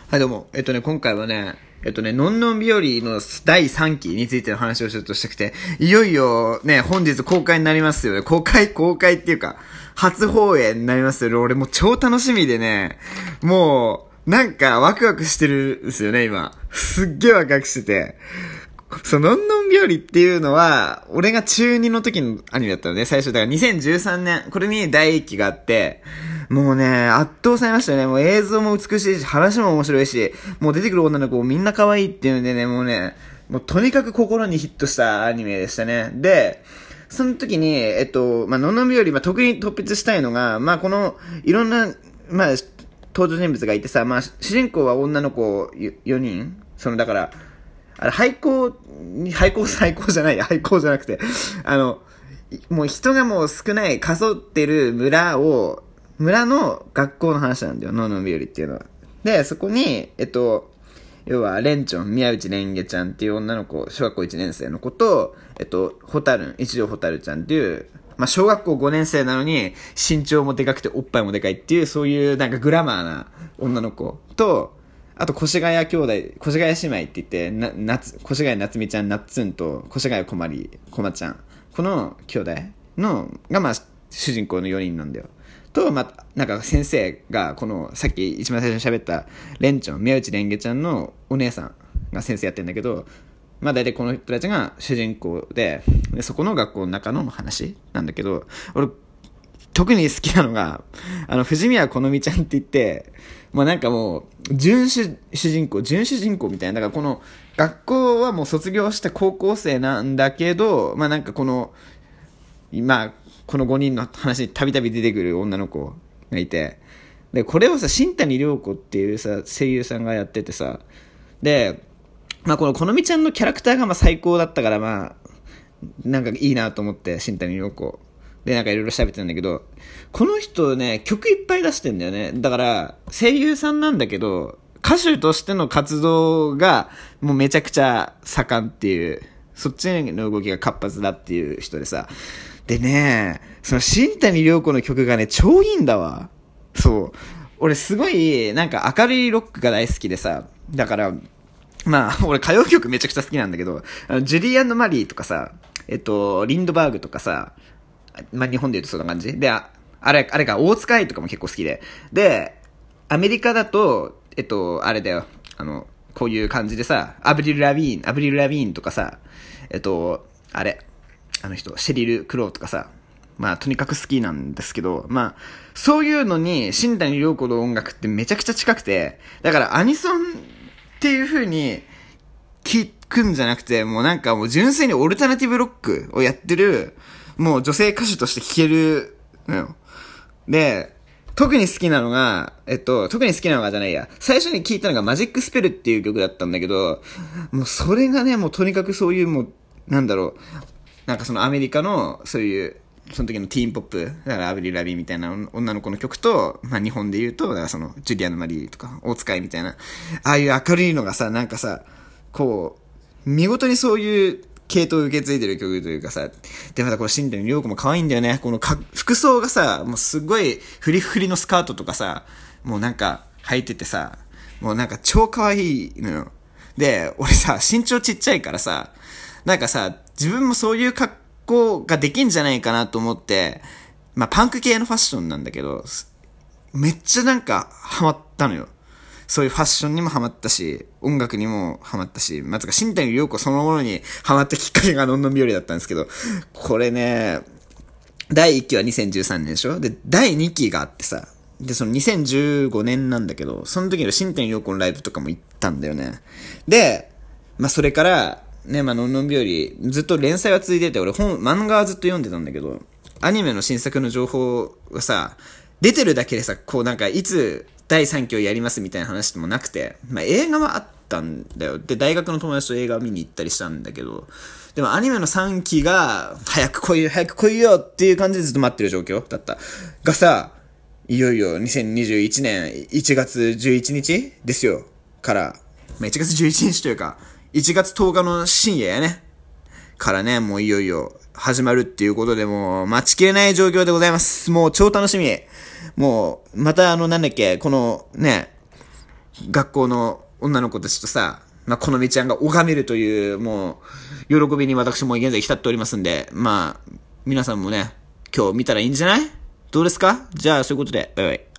はい、どうも。今回はね、のんのん日和の第3期についての話をちょっとしたくて、いよいよね、本日公開になりますよね。公開っていうか、初放映になりますよね。俺もう超楽しみでね、もう、なんかワクワクしてるんですよね、今。すっげえワクワクしてて。のんのん日和っていうのは、俺が中2の時のアニメだったのね、最初。だから2013年、これに第1期があって、もうね、圧倒されましたね。もう映像も美しいし、話も面白いし、もう出てくる女の子もみんな可愛いっていうんでね、もうとにかく心にヒットしたアニメでしたね。で、その時に、のんのん日和、特に突筆したいのが、この、いろんな、登場人物がいてさ、主人公は女の子4人だから、廃校じゃない、廃校じゃなくて、もう人がもう少ない、過疎ってる村の学校の話なんだよ、のんのん日和っていうのは。で、そこに、要は、レンチョン、宮内レンゲちゃんっていう女の子、小学校1年生の子と、一条ホタルちゃんっていう、小学校5年生なのに、身長もでかくておっぱいもでかいっていう、そういうなんかグラマーな女の子と、あと、越谷姉妹って言って、越谷夏美ちゃん、なっつんと、越谷こまちゃん。この兄弟が、主人公の4人なんだよ。と、なんか先生が、さっき一番最初に喋った、レンチョン、宮内レンゲちゃんのお姉さんが先生やってんだけど、大体この人たちが主人公で、そこの学校の中の話なんだけど、俺、特に好きなのが、藤宮好美ちゃんって言って、なんかもう、準主人公みたいな。だからこの、学校はもう卒業した高校生なんだけど、なんかこの5人の話にたびたび出てくる女の子がいて、で、これをさ、新谷涼子っていうさ、声優さんがやっててさ、で、この好美ちゃんのキャラクターが最高だったから、なんかいいなと思って、新谷涼子。で、なんかいろいろ調べてたんだけど、この人ね、曲いっぱい出してんだよね。だから、声優さんなんだけど、歌手としての活動が、もうめちゃくちゃ盛んっていう、そっちの動きが活発だっていう人でさ。でね、その新谷涼子の曲がね、超いいんだわ。そう。俺すごい、なんか明るいロックが大好きでさ、だから、俺歌謡曲めちゃくちゃ好きなんだけど、ジュリー&マリーとかさ、リンドバーグとかさ、日本で言うとそんな感じで、あれか、大塚愛とかも結構好きで。で、アメリカだと、あれだよ、こういう感じでさ、アブリル・ラビーンとかさ、あの人、シェリル・クローとかさ、とにかく好きなんですけど、そういうのに、新谷涼子の音楽ってめちゃくちゃ近くて、だからアニソンっていう風に聞くんじゃなくて、もうなんかもう純粋にオルタナティブロックをやってる、もう女性歌手として聴けるのよ。で、特に好きなのがじゃないや。最初に聴いたのがマジックスペルっていう曲だったんだけど、もうそれがね、もうとにかくそういうもう、なんかそのアメリカの、そういう、その時のティーンポップ、だからアブリル・ラビーみたいな女の子の曲と、日本で言うと、だからその、ジュリアン・マリーとか、大塚愛みたいな、ああいう明るいのがさ、なんかさ、こう、見事にそういう系統を受け継いでる曲というかさ、で、またこの新谷涼子も可愛いんだよね。この服装がさ、もうすごいフリフリのスカートとかさ、もうなんか履いててさ、もうなんか超可愛いのよ。で、俺さ、身長ちっちゃいからさ、なんかさ、自分もそういう格好ができんじゃないかなと思って、パンク系のファッションなんだけど、めっちゃなんかハマったのよ。そういうファッションにもハマったし、音楽にもハマったし、新谷涼子そのものにハマったきっかけがのんのん日和だったんですけど、これね、第1期は2013年でしょ？で、第2期があってさ、で、その2015年なんだけど、その時の新谷涼子のライブとかも行ったんだよね。で、それから、ね、のんのん日和、ずっと連載は続いてて、俺漫画はずっと読んでたんだけど、アニメの新作の情報がさ、出てるだけでさ、こうなんかいつ第3期をやりますみたいな話もなくて、映画はあったんだよ。で、大学の友達と映画を見に行ったりしたんだけど、でもアニメの3期が、早く来いよっていう感じでずっと待ってる状況だった。がさ、いよいよ2021年1月11日ですよ。から、1月11日というか、1月10日の深夜やね。からね、もういよいよ始まるっていうことで、もう待ちきれない状況でございます。もう超楽しみ。もう、またこのね、 学校の女の子たちとさ、まあ、このみちゃんが拝めるという、もう、喜びに私も現在浸っておりますんで、まあ、皆さんもね、今日見たらいいんじゃない？どうですか？じゃあ、そういうことで、バイバイ。